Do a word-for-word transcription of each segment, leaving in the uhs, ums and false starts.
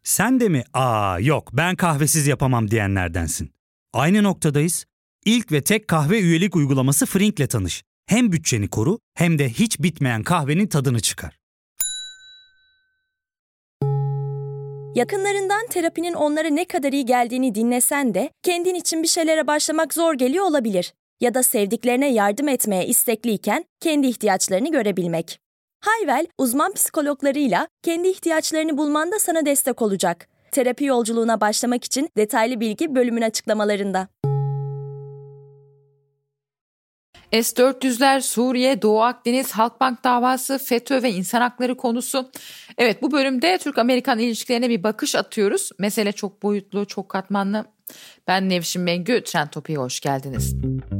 Sen de mi "Aa yok ben kahvesiz yapamam" diyenlerdensin? Aynı noktadayız. İlk ve tek kahve üyelik uygulaması Frink'le tanış. Hem bütçeni koru hem de hiç bitmeyen kahvenin tadını çıkar. Yakınlarından terapinin onlara ne kadar iyi geldiğini dinlesen de kendin için bir şeylere başlamak zor geliyor olabilir. Ya da sevdiklerine yardım etmeye istekliyken kendi ihtiyaçlarını görebilmek. Hayvel, uzman psikologlarıyla kendi ihtiyaçlarını bulmanda sana destek olacak. Terapi yolculuğuna başlamak için detaylı bilgi bölümün açıklamalarında. S dört yüzler, Suriye, Doğu Akdeniz, Halkbank davası, FETÖ ve insan hakları konusu. Evet, bu bölümde Türk-Amerikan ilişkilerine bir bakış atıyoruz. Mesele çok boyutlu, çok katmanlı. Ben Nevşin Mengü, Trend Topik'e hoş geldiniz.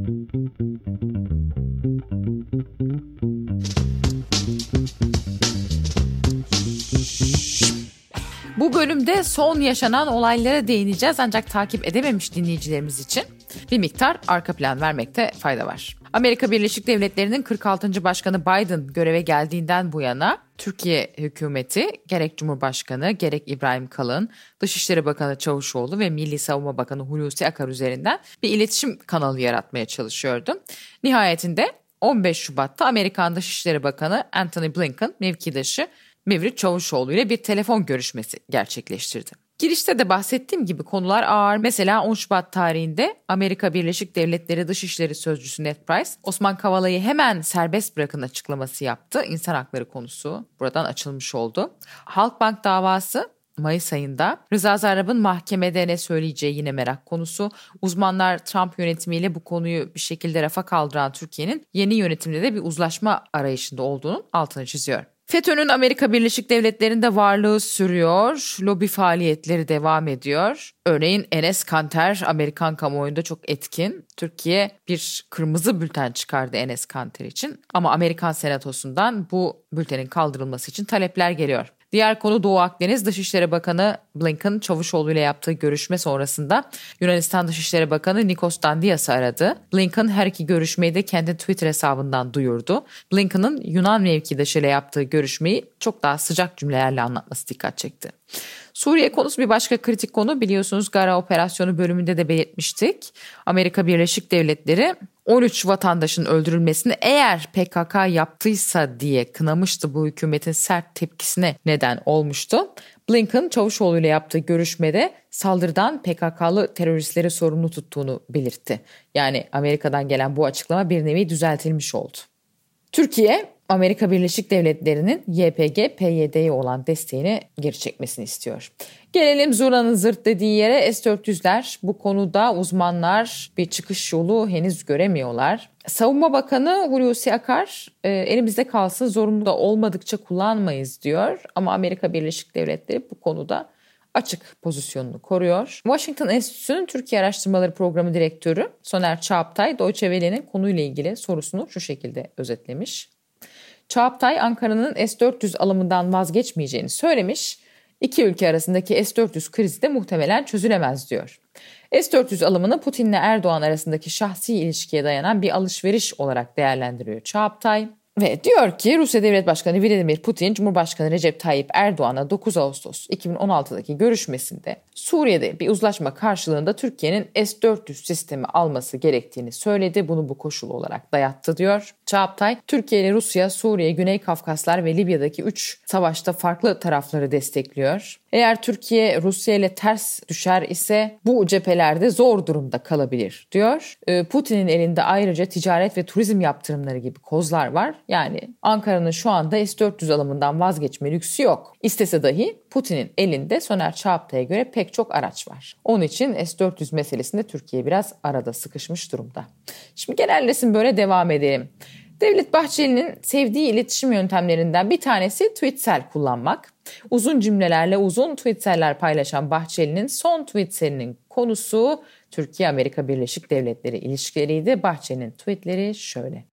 Bu bölümde son yaşanan olaylara değineceğiz, ancak takip edememiş dinleyicilerimiz için bir miktar arka plan vermekte fayda var. Amerika Birleşik Devletleri'nin kırk altıncı Başkanı Biden göreve geldiğinden bu yana Türkiye hükümeti gerek Cumhurbaşkanı gerek İbrahim Kalın, Dışişleri Bakanı Çavuşoğlu ve Milli Savunma Bakanı Hulusi Akar üzerinden bir iletişim kanalı yaratmaya çalışıyordu. Nihayetinde on beş Şubat'ta Amerikan Dışişleri Bakanı Antony Blinken mevkidaşı Mevlüt Çavuşoğlu ile bir telefon görüşmesi gerçekleştirdi. Girişte de bahsettiğim gibi konular ağır. Mesela on Şubat tarihinde Amerika Birleşik Devletleri Dışişleri Sözcüsü Ned Price, Osman Kavala'yı hemen serbest bırakın açıklaması yaptı. İnsan hakları konusu buradan açılmış oldu. Halkbank davası Mayıs ayında. Rıza Zarrab'ın mahkemede ne söyleyeceği yine merak konusu. Uzmanlar Trump yönetimiyle bu konuyu bir şekilde rafa kaldıran Türkiye'nin yeni yönetimde de bir uzlaşma arayışında olduğunun altını çiziyor. FETÖ'nün Amerika Birleşik Devletleri'nde varlığı sürüyor, lobi faaliyetleri devam ediyor. Örneğin Enes Kanter Amerikan kamuoyunda çok etkin. Türkiye bir kırmızı bülten çıkardı Enes Kanter için ama Amerikan Senatosu'ndan bu bültenin kaldırılması için talepler geliyor. Diğer konu Doğu Akdeniz. Dışişleri Bakanı Blinken Çavuşoğlu ile yaptığı görüşme sonrasında Yunanistan Dışişleri Bakanı Nikos Dandias'ı aradı. Blinken her iki görüşmeyi de kendi Twitter hesabından duyurdu. Blinken'ın Yunan mevkidaşı ile yaptığı görüşmeyi çok daha sıcak cümlelerle anlatması dikkat çekti. Suriye konusu bir başka kritik konu. Biliyorsunuz Gara operasyonu bölümünde de belirtmiştik. Amerika Birleşik Devletleri on üç vatandaşın öldürülmesini eğer P K K yaptıysa diye kınamıştı. Bu hükümetin sert tepkisine neden olmuştu. Blinken Çavuşoğlu ile yaptığı görüşmede saldırıdan P K K'lı teröristleri sorumlu tuttuğunu belirtti. Yani Amerika'dan gelen bu açıklama bir nevi düzeltilmiş oldu. Türkiye, Amerika Birleşik Devletleri'nin Y P G P Y D'ye olan desteğini geri çekmesini istiyor. Gelelim zurnanın zırt dediği yere. S dört yüzler, bu konuda uzmanlar bir çıkış yolu henüz göremiyorlar. Savunma Bakanı Hulusi Akar e, elimizde kalsın, zorunlu da olmadıkça kullanmayız diyor. Ama Amerika Birleşik Devletleri bu konuda açık pozisyonunu koruyor. Washington Enstitüsü'nün Türkiye Araştırmaları Programı Direktörü Soner Çağaptay, Deutsche Welle'nin konuyla ilgili sorusunu şu şekilde özetlemiş. Çağaptay, Ankara'nın S dört yüz alımından vazgeçmeyeceğini söylemiş, İki ülke arasındaki S dört yüz krizi de muhtemelen çözülemez diyor. S dört yüz alımını Putin'le Erdoğan arasındaki şahsi ilişkiye dayanan bir alışveriş olarak değerlendiriyor Çağaptay. Ve diyor ki Rusya Devlet Başkanı Vladimir Putin, Cumhurbaşkanı Recep Tayyip Erdoğan'a dokuz Ağustos iki bin on altıdaki görüşmesinde Suriye'de bir uzlaşma karşılığında Türkiye'nin S dört yüz sistemi alması gerektiğini söyledi. Bunu bu koşul olarak dayattı diyor. Çağaptay, Türkiye ile Rusya, Suriye, Güney Kafkaslar ve Libya'daki üç savaşta farklı tarafları destekliyor. Eğer Türkiye Rusya ile ters düşer ise bu cephelerde zor durumda kalabilir diyor. Putin'in elinde ayrıca ticaret ve turizm yaptırımları gibi kozlar var. Yani Ankara'nın şu anda S dört yüz alımından vazgeçme lüksü yok. İstese dahi Putin'in elinde Soner Çağaptay'a göre pek çok araç var. Onun için S dört yüz meselesinde Türkiye biraz arada sıkışmış durumda. Şimdi genel resim böyle, devam edelim. Devlet Bahçeli'nin sevdiği iletişim yöntemlerinden bir tanesi tweetsel kullanmak. Uzun cümlelerle uzun tweetseller paylaşan Bahçeli'nin son tweetselinin konusu Türkiye-Amerika Birleşik Devletleri ilişkileriydi. Bahçeli'nin tweetleri şöyle.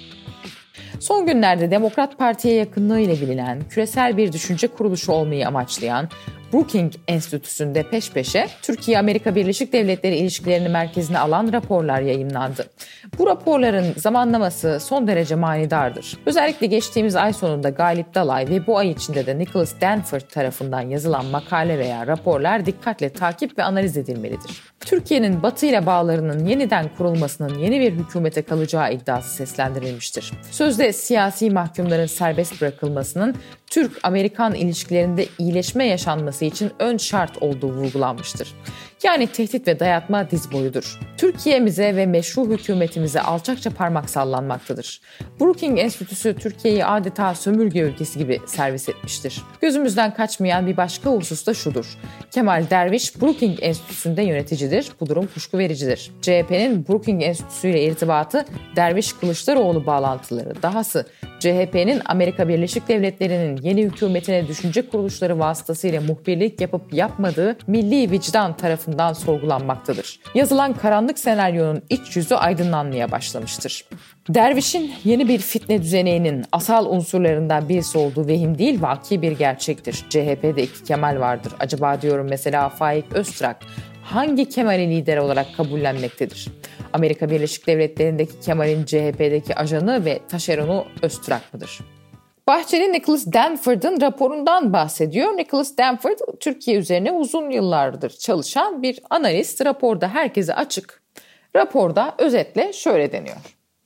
Son günlerde Demokrat Parti'ye yakınlığıyla bilinen, küresel bir düşünce kuruluşu olmayı amaçlayan, Brookings Enstitüsü'nde peş peşe Türkiye-Amerika Birleşik Devletleri ilişkilerini merkezine alan raporlar yayımlandı. Bu raporların zamanlaması son derece manidardır. Özellikle geçtiğimiz ay sonunda Galip Dalay ve bu ay içinde de Nicholas Danford tarafından yazılan makale veya raporlar dikkatle takip ve analiz edilmelidir. Türkiye'nin Batı ile bağlarının yeniden kurulmasının yeni bir hükümete kalacağı iddiası seslendirilmiştir. Sözde siyasi mahkumların serbest bırakılmasının Türk-Amerikan ilişkilerinde iyileşme yaşanması için ön şart olduğu vurgulanmıştır. Yani tehdit ve dayatma diz boyudur. Türkiye'mize ve meşru hükümetimize alçakça parmak sallanmaktadır. Brookings Enstitüsü Türkiye'yi adeta sömürge ülkesi gibi servis etmiştir. Gözümüzden kaçmayan bir başka husus da şudur. Kemal Derviş Brookings Enstitüsü'nde yöneticidir. Bu durum kuşku vericidir. C H P'nin Brookings Enstitüsü ile irtibatı, Derviş-Kılıçdaroğlu bağlantıları, dahası C H P'nin Amerika Birleşik Devletleri'nin yeni hükümetine düşünce kuruluşları vasıtasıyla muhbirlik yapıp yapmadığı milli vicdan tarafından sorgulanmaktadır. Yazılan karanlık senaryonun iç yüzü aydınlanmaya başlamıştır. Derviş'in yeni bir fitne düzeneğinin asal unsurlarından birisi olduğu vehim değil, vaki bir gerçektir. C H P'de iki Kemal vardır. Acaba diyorum mesela Faik Öztrak hangi Kemal'i lider olarak kabullenmektedir? Amerika Birleşik Devletleri'ndeki Kemal'in C H P'deki ajanı ve taşeronu Öztrak mıdır? Bahçeli Nicholas Danford'ın raporundan bahsediyor. Nicholas Danford, Türkiye üzerine uzun yıllardır çalışan bir analist. Raporda herkese açık. Raporda özetle şöyle deniyor.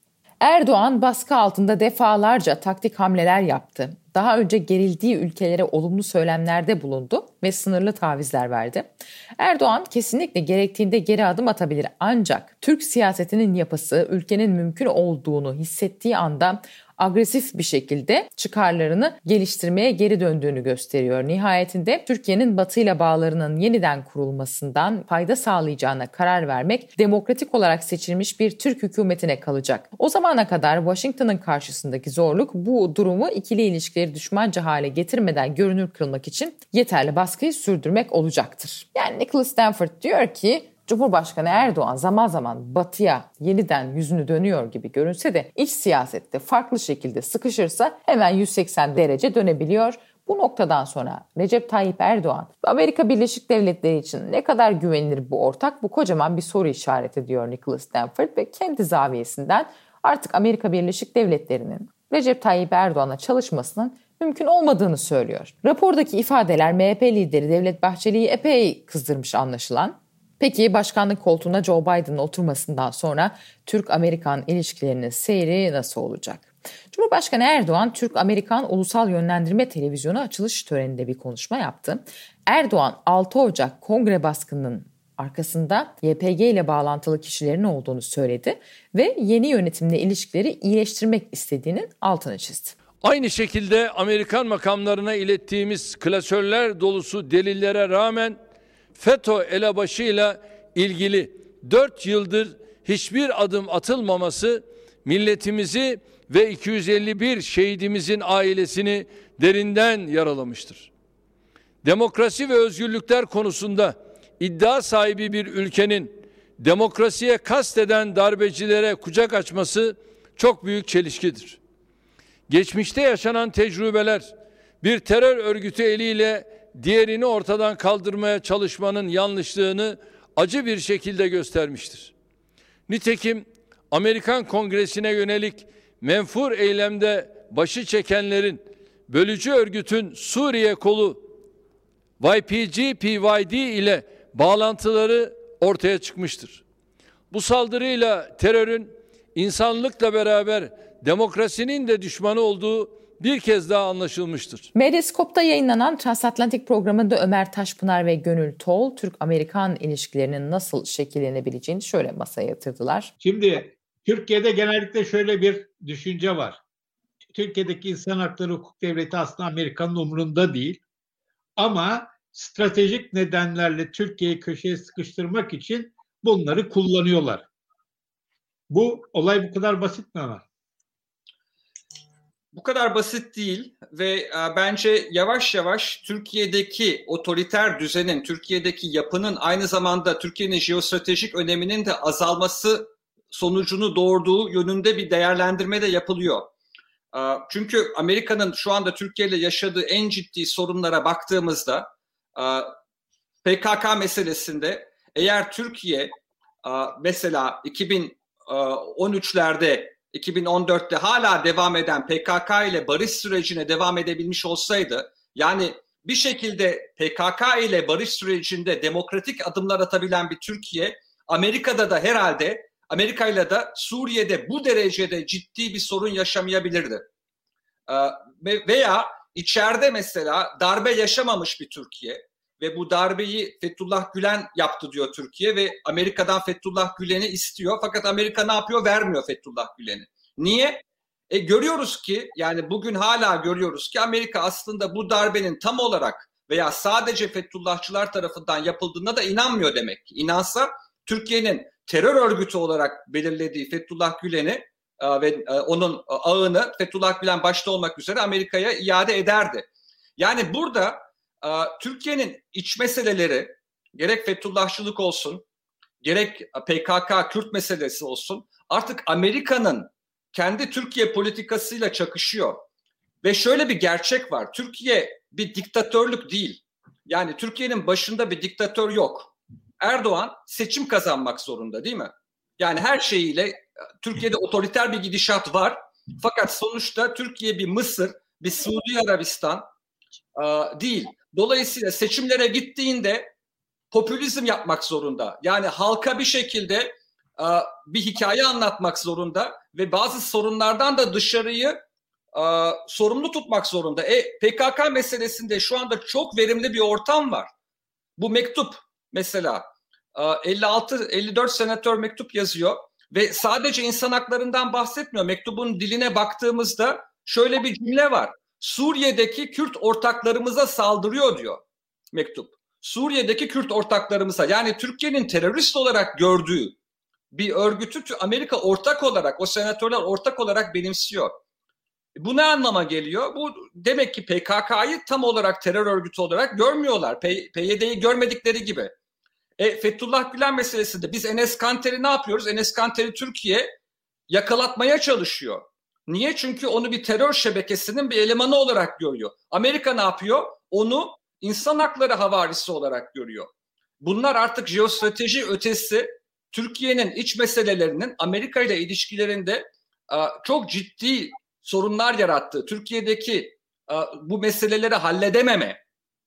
Erdoğan baskı altında defalarca taktik hamleler yaptı. Daha önce gerildiği ülkelere olumlu söylemlerde bulundu ve sınırlı tavizler verdi. Erdoğan kesinlikle gerektiğinde geri adım atabilir, ancak Türk siyasetinin yapısı ülkenin mümkün olduğunu hissettiği anda agresif bir şekilde çıkarlarını geliştirmeye geri döndüğünü gösteriyor. Nihayetinde Türkiye'nin Batı ile bağlarının yeniden kurulmasından fayda sağlayacağına karar vermek demokratik olarak seçilmiş bir Türk hükümetine kalacak. O zamana kadar Washington'ın karşısındaki zorluk bu durumu ikili ilişkileri düşmanca hale getirmeden görünür kılmak için yeterli baskıyı sürdürmek olacaktır. Yani Nicholas Danford diyor ki, Cumhurbaşkanı Erdoğan zaman zaman Batı'ya yeniden yüzünü dönüyor gibi görünse de iç siyasette farklı şekilde sıkışırsa hemen yüz seksen derece dönebiliyor. Bu noktadan sonra Recep Tayyip Erdoğan, Amerika Birleşik Devletleri için ne kadar güvenilir bu ortak, bu kocaman bir soru işareti diyor Nicholas Danford ve kendi zaviyesinden artık Amerika Birleşik Devletleri'nin Recep Tayyip Erdoğan'a çalışmasının mümkün olmadığını söylüyor. Rapordaki ifadeler M H P lideri Devlet Bahçeli'yi epey kızdırmış anlaşılan. Peki başkanlık koltuğuna Joe Biden'ın oturmasından sonra Türk-Amerikan ilişkilerinin seyri nasıl olacak? Cumhurbaşkanı Erdoğan, Türk-Amerikan Ulusal Yönlendirme Televizyonu açılış töreninde bir konuşma yaptı. Erdoğan, altı Ocak Kongre baskınının arkasında Y P G ile bağlantılı kişilerin olduğunu söyledi ve yeni yönetimle ilişkileri iyileştirmek istediğinin altını çizdi. Aynı şekilde Amerikan makamlarına ilettiğimiz klasörler dolusu delillere rağmen FETÖ elebaşıyla ilgili dört yıldır hiçbir adım atılmaması milletimizi ve iki yüz elli bir şehidimizin ailesini derinden yaralamıştır. Demokrasi ve özgürlükler konusunda iddia sahibi bir ülkenin demokrasiye kasteden darbecilere kucak açması çok büyük çelişkidir. Geçmişte yaşanan tecrübeler bir terör örgütü eliyle diğerini ortadan kaldırmaya çalışmanın yanlışlığını acı bir şekilde göstermiştir. Nitekim Amerikan Kongresi'ne yönelik menfur eylemde başı çekenlerin bölücü örgütün Suriye kolu Y P G P Y D ile bağlantıları ortaya çıkmıştır. Bu saldırıyla terörün insanlıkla beraber demokrasinin de düşmanı olduğu bir kez daha anlaşılmıştır. Medyascope'da yayınlanan Transatlantik programında Ömer Taşpınar ve Gönül Tol, Türk-Amerikan ilişkilerinin nasıl şekillenebileceğini şöyle masaya yatırdılar. Şimdi Türkiye'de genellikle şöyle bir düşünce var. Türkiye'deki insan hakları hukuk devleti aslında Amerika'nın umurunda değil. Ama stratejik nedenlerle Türkiye'yi köşeye sıkıştırmak için bunları kullanıyorlar. Bu olay bu kadar basit mi ama? Bu kadar basit değil ve e, bence yavaş yavaş Türkiye'deki otoriter düzenin, Türkiye'deki yapının aynı zamanda Türkiye'nin jeostratejik öneminin de azalması sonucunu doğurduğu yönünde bir değerlendirme de yapılıyor. E, çünkü Amerika'nın şu anda Türkiye ile yaşadığı en ciddi sorunlara baktığımızda P K K meselesinde eğer Türkiye mesela iki bin on üçlerde, iki bin on dörtte hala devam eden P K K ile barış sürecine devam edebilmiş olsaydı, yani bir şekilde P K K ile barış sürecinde demokratik adımlar atabilen bir Türkiye, Amerika'da da herhalde, Amerika ile de Suriye'de bu derecede ciddi bir sorun yaşamayabilirdi. Veya içeride mesela darbe yaşamamış bir Türkiye ve bu darbeyi Fethullah Gülen yaptı diyor Türkiye ve Amerika'dan Fethullah Gülen'i istiyor. Fakat Amerika ne yapıyor? Vermiyor Fethullah Gülen'i. Niye? E görüyoruz ki, yani bugün hala görüyoruz ki Amerika aslında bu darbenin tam olarak veya sadece Fethullahçılar tarafından yapıldığına da inanmıyor demek ki. İnansa Türkiye'nin terör örgütü olarak belirlediği Fethullah Gülen'i ve onun ağını, Fethullah Gülen başta olmak üzere, Amerika'ya iade ederdi. Yani burada Türkiye'nin iç meseleleri, gerek Fethullahçılık olsun, gerek P K K Kürt meselesi olsun, artık Amerika'nın kendi Türkiye politikasıyla çakışıyor. Ve şöyle bir gerçek var. Türkiye bir diktatörlük değil. Yani Türkiye'nin başında bir diktatör yok. Erdoğan seçim kazanmak zorunda, değil mi? Yani her şeyiyle Türkiye'de otoriter bir gidişat var. Fakat sonuçta Türkiye bir Mısır, bir Suudi Arabistan değil. Dolayısıyla seçimlere gittiğinde popülizm yapmak zorunda. Yani halka bir şekilde bir hikaye anlatmak zorunda ve bazı sorunlardan da dışarıyı sorumlu tutmak zorunda. E, P K K meselesinde şu anda çok verimli bir ortam var. Bu mektup mesela elli altı elli dört senatör mektup yazıyor ve sadece insan haklarından bahsetmiyor. Mektubun diline baktığımızda şöyle bir cümle var. Suriye'deki Kürt ortaklarımıza saldırıyor diyor mektup. Suriye'deki Kürt ortaklarımıza, yani Türkiye'nin terörist olarak gördüğü bir örgütü Amerika ortak olarak, o senatörler ortak olarak benimsiyor. Bu ne anlama geliyor? Bu demek ki P K K'yı tam olarak terör örgütü olarak görmüyorlar. P Y D'yi görmedikleri gibi. E, Fethullah Gülen meselesinde biz Enes Kanter'i ne yapıyoruz? Enes Kanter'i Türkiye yakalatmaya çalışıyor. Niye? Çünkü onu bir terör şebekesinin bir elemanı olarak görüyor. Amerika ne yapıyor? Onu insan hakları havarisi olarak görüyor. Bunlar artık jeostrateji ötesi Türkiye'nin iç meselelerinin Amerika ile ilişkilerinde çok ciddi sorunlar yarattığı, Türkiye'deki bu meseleleri halledememe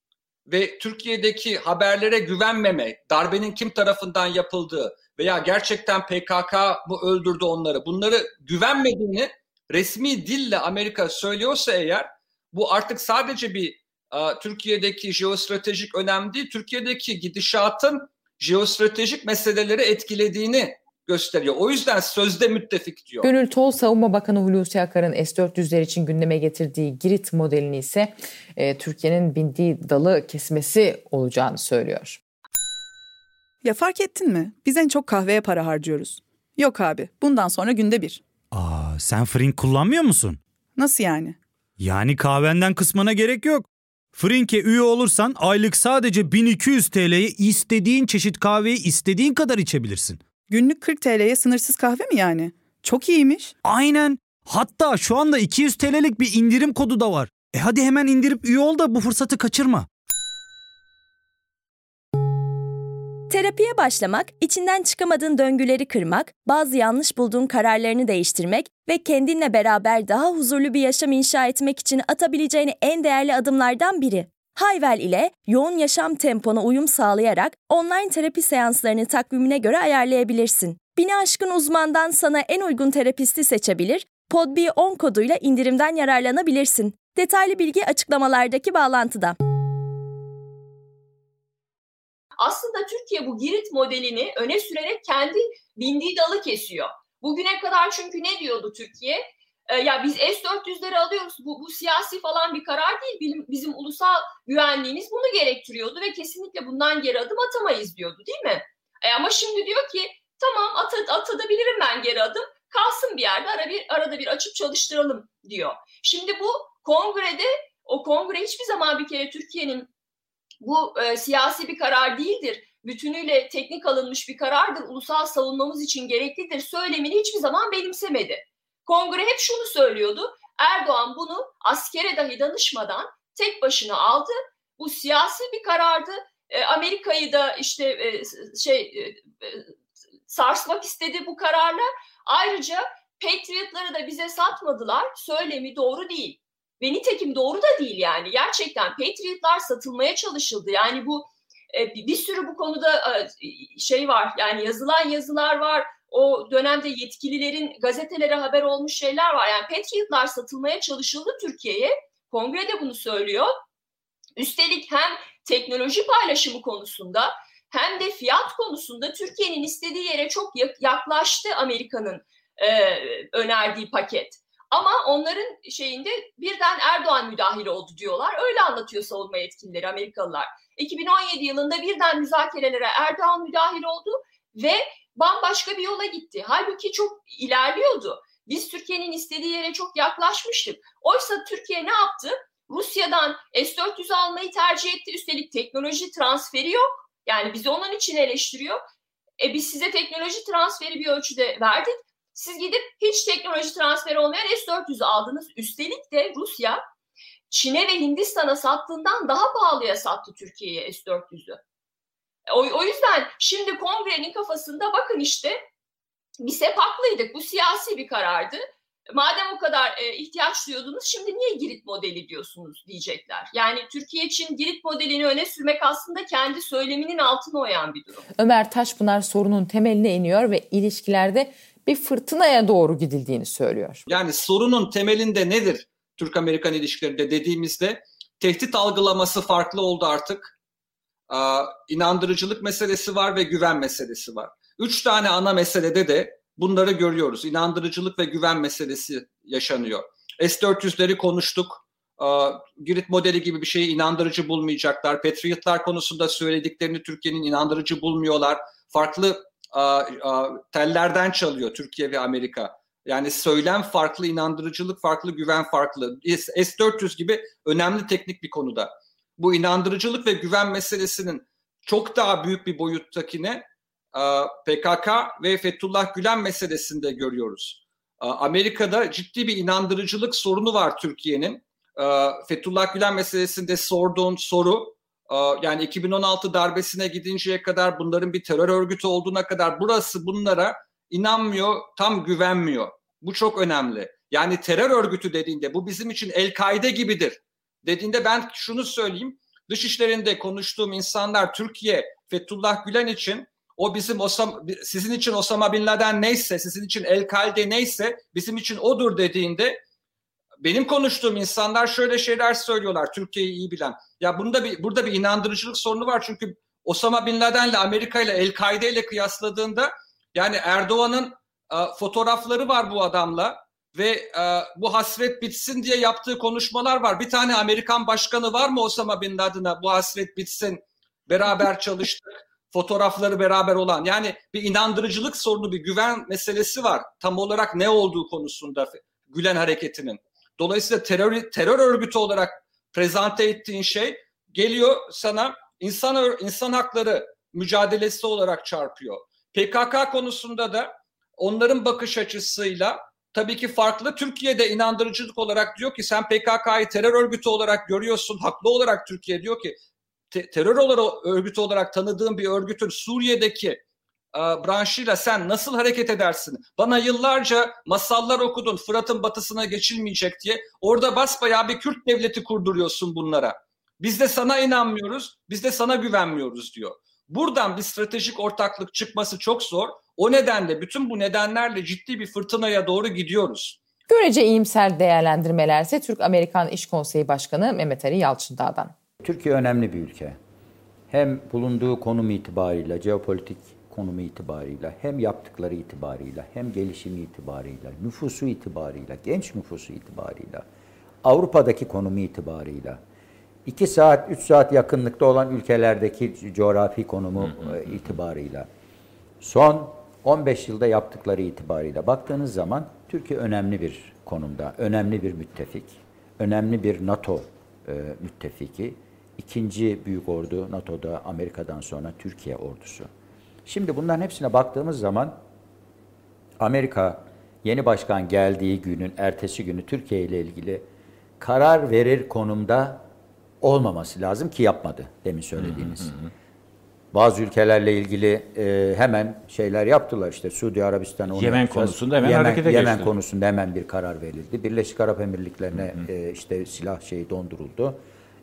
ve Türkiye'deki haberlere güvenmeme, darbenin kim tarafından yapıldığı veya gerçekten P K K mı öldürdü onları, bunları güvenmediğini resmi dille Amerika söylüyorsa eğer, bu artık sadece bir Türkiye'deki jeostratejik önem değil, Türkiye'deki gidişatın jeostratejik meseleleri etkilediğini gösteriyor. O yüzden sözde müttefik diyor. Gönül Tol, Savunma Bakanı Hulusi Akar'ın S dört yüzler için gündeme getirdiği Girit modelini ise e, Türkiye'nin bindiği dalı kesmesi olacağını söylüyor. Ya fark ettin mi? Biz en çok kahveye para harcıyoruz. Yok abi, bundan sonra günde bir. Aa, sen Frink kullanmıyor musun? Nasıl yani? Yani kahvenden kısmına gerek yok. Frink'e üye olursan aylık sadece bin iki yüz T L'ye istediğin çeşit kahveyi istediğin kadar içebilirsin. Günlük kırk T L'ye sınırsız kahve mi yani? Çok iyiymiş. Aynen. Hatta şu anda iki yüz T L'lik bir indirim kodu da var. E hadi hemen indirip üye ol da bu fırsatı kaçırma. Terapiye başlamak, içinden çıkamadığın döngüleri kırmak, bazı yanlış bulduğun kararlarını değiştirmek ve kendinle beraber daha huzurlu bir yaşam inşa etmek için atabileceğin en değerli adımlardan biri. Hayvel ile yoğun yaşam tempona uyum sağlayarak online terapi seanslarını takvimine göre ayarlayabilirsin. Bini aşkın uzmandan sana en uygun terapisti seçebilir, Podb on koduyla indirimden yararlanabilirsin. Detaylı bilgi açıklamalardaki bağlantıda. Aslında Türkiye bu Girit modelini öne sürerek kendi bindiği dalı kesiyor. Bugüne kadar çünkü ne diyordu Türkiye? Ee, ya biz S dört yüzleri alıyoruz, bu, bu siyasi falan bir karar değil, bizim, bizim ulusal güvenliğimiz bunu gerektiriyordu ve kesinlikle bundan geri adım atamayız diyordu, değil mi? E ama şimdi diyor ki tamam at, atabilirim ben geri adım, kalsın bir yerde, ara bir, arada bir açıp çalıştıralım diyor. Şimdi bu kongrede, o kongre hiçbir zaman bir kere Türkiye'nin bu e, siyasi bir karar değildir, bütünüyle teknik alınmış bir karardır, ulusal savunmamız için gereklidir söylemini hiçbir zaman benimsemedi. Kongre hep şunu söylüyordu, Erdoğan bunu askere dahi danışmadan tek başına aldı, Bu siyasi bir karardı. E, Amerika'yı da işte e, şey e, sarsmak istedi bu kararla. Ayrıca Patriot'ları da bize satmadılar. Söylemi doğru değil. Ve nitekim doğru da değil yani. Gerçekten Patriot'lar satılmaya çalışıldı. Yani bu e, bir sürü bu konuda e, şey var. Yani yazılan yazılar var. O dönemde yetkililerin gazetelere haber olmuş şeyler var. Yani Patriot'lar satılmaya çalışıldı Türkiye'ye. Kongre de bunu söylüyor. Üstelik hem teknoloji paylaşımı konusunda hem de fiyat konusunda Türkiye'nin istediği yere çok yaklaştı Amerika'nın e, önerdiği paket. Ama onların şeyinde birden Erdoğan müdahil oldu diyorlar. Öyle anlatıyor savunma yetkilileri Amerikalılar. iki bin on yedi yılında birden müzakerelere Erdoğan müdahil oldu ve bambaşka bir yola gitti. Halbuki çok ilerliyordu. Biz Türkiye'nin istediği yere çok yaklaşmıştık. Oysa Türkiye ne yaptı? Rusya'dan S dört yüz almayı tercih etti. Üstelik teknoloji transferi yok. Yani bizi onun için eleştiriyor. E biz size teknoloji transferi bir ölçüde verdik. Siz gidip hiç teknoloji transferi olmayan S dört yüzü aldınız. Üstelik de Rusya Çin'e ve Hindistan'a sattığından daha pahalıya sattı Türkiye'ye S dört yüzü. O, o yüzden şimdi kongrenin kafasında bakın işte biz hep haklıydık. Bu siyasi bir karardı. Madem o kadar e, ihtiyaç duyuyordunuz şimdi niye Girit modeli diyorsunuz diyecekler. Yani Türkiye için Girit modelini öne sürmek aslında kendi söyleminin altına oyan bir durum. Ömer Taşpınar sorunun temeline iniyor ve ilişkilerde bir fırtınaya doğru gidildiğini söylüyor. Yani sorunun temelinde nedir Türk-Amerikan ilişkilerinde dediğimizde tehdit algılaması farklı oldu artık. Ee, inandırıcılık meselesi var ve güven meselesi var. Üç tane ana meselede de bunları görüyoruz. İnandırıcılık ve güven meselesi yaşanıyor. S dört yüzleri konuştuk. Ee, Girit modeli gibi bir şeyi inandırıcı bulmayacaklar. Patriotlar konusunda söylediklerini Türkiye'nin inandırıcı bulmuyorlar. Farklı a, a, tellerden çalıyor Türkiye ve Amerika. Yani söylem farklı, inandırıcılık farklı, güven farklı. S dört yüz gibi önemli teknik bir konuda. Bu inandırıcılık ve güven meselesinin çok daha büyük bir boyuttakine P K K ve Fethullah Gülen meselesinde görüyoruz. Amerika'da ciddi bir inandırıcılık sorunu var Türkiye'nin. Fethullah Gülen meselesinde sorduğun soru, yani iki bin on altı darbesine gidinceye kadar bunların bir terör örgütü olduğuna kadar burası bunlara inanmıyor, tam güvenmiyor. Bu çok önemli. Yani terör örgütü dediğinde bu bizim için El-Kaide gibidir dediğinde ben şunu söyleyeyim. Dışişlerinde konuştuğum insanlar Türkiye, Fethullah Gülen için o bizim Osama, sizin için Osama Bin Laden neyse, sizin için El-Kaide neyse bizim için odur dediğinde benim konuştuğum insanlar şöyle şeyler söylüyorlar Türkiye'yi iyi bilen. Ya bunda bir burada bir inandırıcılık sorunu var çünkü Osama Bin Laden'le Amerika ile El-Kaide ile kıyasladığında yani Erdoğan'ın e, fotoğrafları var bu adamla ve e, bu hasret bitsin diye yaptığı konuşmalar var. Bir tane Amerikan başkanı var mı Osama Bin Laden'a bu hasret bitsin beraber çalıştık. Fotoğrafları beraber olan yani bir inandırıcılık sorunu bir güven meselesi var. Tam olarak ne olduğu konusunda Gülen hareketinin. Dolayısıyla terör, terör örgütü olarak prezente ettiğin şey geliyor sana insan, insan hakları mücadelesi olarak çarpıyor. P K K konusunda da onların bakış açısıyla tabii ki farklı. Türkiye'de inandırıcılık olarak diyor ki sen P K K'yı terör örgütü olarak görüyorsun. Haklı olarak Türkiye diyor ki te- terör olarak, örgütü olarak tanıdığın bir örgütün Suriye'deki e, branşıyla sen nasıl hareket edersin? Bana yıllarca masallar okudun Fırat'ın batısına geçilmeyecek diye. Orada basbayağı bir Kürt devleti kurduruyorsun bunlara. Biz de sana inanmıyoruz, biz de sana güvenmiyoruz diyor. Buradan bir stratejik ortaklık çıkması çok zor. O nedenle bütün bu nedenlerle ciddi bir fırtınaya doğru gidiyoruz. Görece iyimser değerlendirmelerse Türk-Amerikan İş Konseyi Başkanı Mehmet Ali Yalçındağ'dan. Türkiye önemli bir ülke. Hem bulunduğu konum itibarıyla, jeopolitik konumu itibarıyla, hem yaptıkları itibarıyla, hem gelişimi itibarıyla, nüfusu itibarıyla, genç nüfusu itibarıyla, Avrupa'daki konumu itibarıyla, iki saat, üç saat yakınlıkta olan ülkelerdeki coğrafi konumu itibarıyla, son on beş yılda yaptıkları itibarıyla baktığınız zaman Türkiye önemli bir konumda, önemli bir müttefik, önemli bir NATO e, müttefiki. İkinci büyük ordu NATO'da Amerika'dan sonra Türkiye ordusu. Şimdi bunların hepsine baktığımız zaman Amerika yeni başkan geldiği günün ertesi günü Türkiye ile ilgili karar verir konumda olmaması lazım ki yapmadı demin söylediğiniz. Hı hı hı. Bazı ülkelerle ilgili e, hemen şeyler yaptılar işte Suudi Arabistan, Yemen yapacağız. konusunda hemen Yemen, harekete Yemen geçti. konusunda hemen bir karar verildi. Birleşik Arap Emirlikleri'ne hı hı. E, işte silah şeyi donduruldu.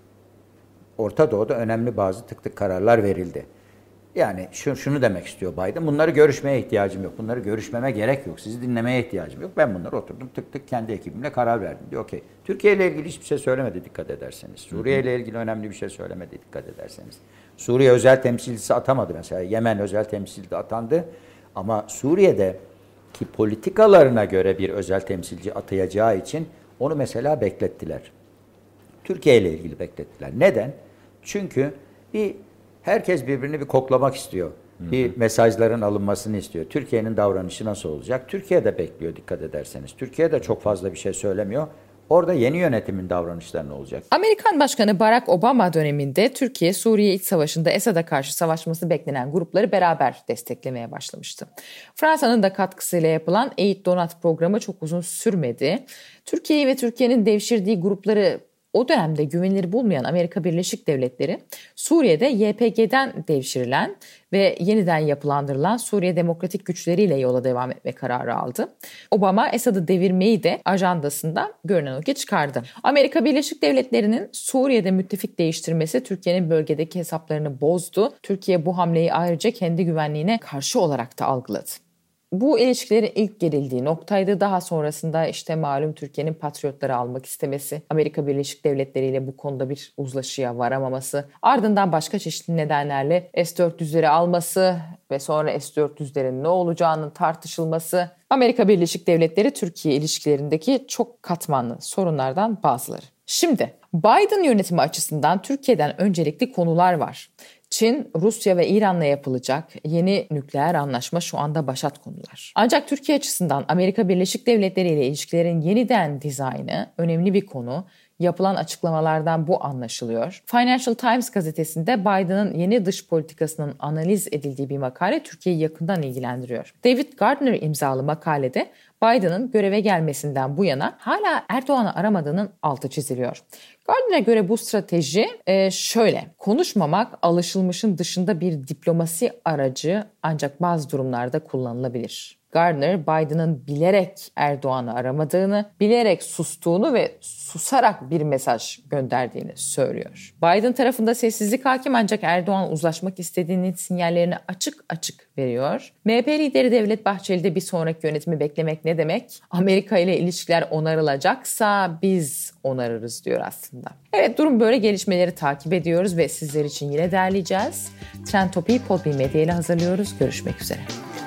Orta Doğu'da önemli bazı tık tık kararlar verildi. Yani şu, şunu demek istiyor Biden. Bunları görüşmeye ihtiyacım yok. Bunları görüşmeme gerek yok. Sizi dinlemeye ihtiyacım yok. Ben bunları oturdum tık tık kendi ekibimle karar verdim diyor. Okey. Türkiye ile ilgili hiçbir şey söylemedi dikkat ederseniz. Suriye ile ilgili önemli bir şey söylemedi dikkat ederseniz. Suriye özel temsilcisi atamadı mesela. Yemen özel temsilcisi atandı. Ama Suriye'deki politikalarına göre bir özel temsilci atayacağı için onu mesela beklettiler. Türkiye ile ilgili beklettiler. Neden? Çünkü bir herkes birbirini bir koklamak istiyor. Hı-hı. Bir mesajların alınmasını istiyor. Türkiye'nin davranışı nasıl olacak? Türkiye de bekliyor dikkat ederseniz. Türkiye de çok fazla bir şey söylemiyor. Orada yeni yönetimin davranışları ne olacak? Amerikan Başkanı Barack Obama döneminde Türkiye, Suriye İç Savaşı'nda Esad'a karşı savaşması beklenen grupları beraber desteklemeye başlamıştı. Fransa'nın da katkısıyla yapılan Eğit Donat programı çok uzun sürmedi. Türkiye'yi ve Türkiye'nin devşirdiği grupları o dönemde güvenilir bulmayan Amerika Birleşik Devletleri, Suriye'de Y P G'den devşirilen ve yeniden yapılandırılan Suriye Demokratik Güçleriyle yola devam etme kararı aldı. Obama Esad'ı devirmeyi de ajandasında görünen o ki çıkardı. Amerika Birleşik Devletleri'nin Suriye'de müttefik değiştirmesi Türkiye'nin bölgedeki hesaplarını bozdu. Türkiye bu hamleyi ayrıca kendi güvenliğine karşı olarak da algıladı. Bu ilişkilerin ilk gerildiği noktaydı. Daha sonrasında işte malum Türkiye'nin Patriotları almak istemesi, Amerika Birleşik Devletleri ile bu konuda bir uzlaşıya varamaması, ardından başka çeşitli nedenlerle S dört yüzleri alması ve sonra S dört yüzlerin ne olacağının tartışılması, Amerika Birleşik Devletleri Türkiye ilişkilerindeki çok katmanlı sorunlardan bazıları. Şimdi Biden yönetimi açısından Türkiye'den öncelikli konular var. Çin, Rusya ve İran'la yapılacak yeni nükleer anlaşma şu anda başat konular. Ancak Türkiye açısından Amerika Birleşik Devletleri ile ilişkilerin yeniden dizaynı önemli bir konu. Yapılan açıklamalardan bu anlaşılıyor. Financial Times gazetesinde Biden'ın yeni dış politikasının analiz edildiği bir makale Türkiye'yi yakından ilgilendiriyor. David Gardner imzalı makalede Biden'ın göreve gelmesinden bu yana hala Erdoğan'ı aramadığının altı çiziliyor. Gardner'e göre bu strateji e, şöyle: konuşmamak alışılmışın dışında bir diplomasi aracı ancak bazı durumlarda kullanılabilir. Gardner, Biden'ın bilerek Erdoğan'ı aramadığını, bilerek sustuğunu ve susarak bir mesaj gönderdiğini söylüyor. Biden tarafında sessizlik hakim ancak Erdoğan uzlaşmak istediğinin sinyallerini açık açık veriyor. M H P lideri Devlet Bahçeli de bir sonraki yönetimi beklemek ne demek? Amerika ile ilişkiler onarılacaksa biz onarırız diyor aslında. Evet, durum böyle, gelişmeleri takip ediyoruz ve sizler için yine derleyeceğiz. Trend Topi'yi Podbi Medya ile hazırlıyoruz. Görüşmek üzere.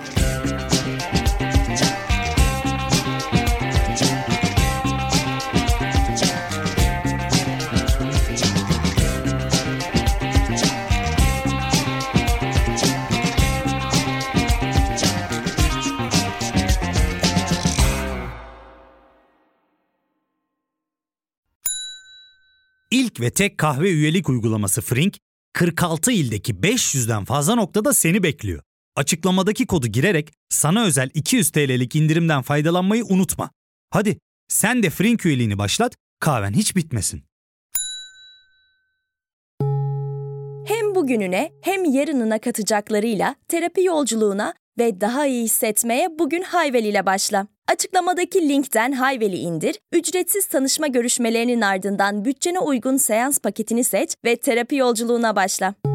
İlk ve tek kahve üyelik uygulaması Frink, kırk altı ildeki beş yüzden fazla noktada seni bekliyor. Açıklamadaki kodu girerek sana özel iki yüz TL'lik indirimden faydalanmayı unutma. Hadi sen de Frink üyeliğini başlat, kahven hiç bitmesin. Hem bugününe hem yarınına katacaklarıyla terapi yolculuğuna ve daha iyi hissetmeye bugün Hayvel ile başla. Açıklamadaki linkten Hayvel'i indir, ücretsiz tanışma görüşmelerinin ardından bütçene uygun seans paketini seç ve terapi yolculuğuna başla.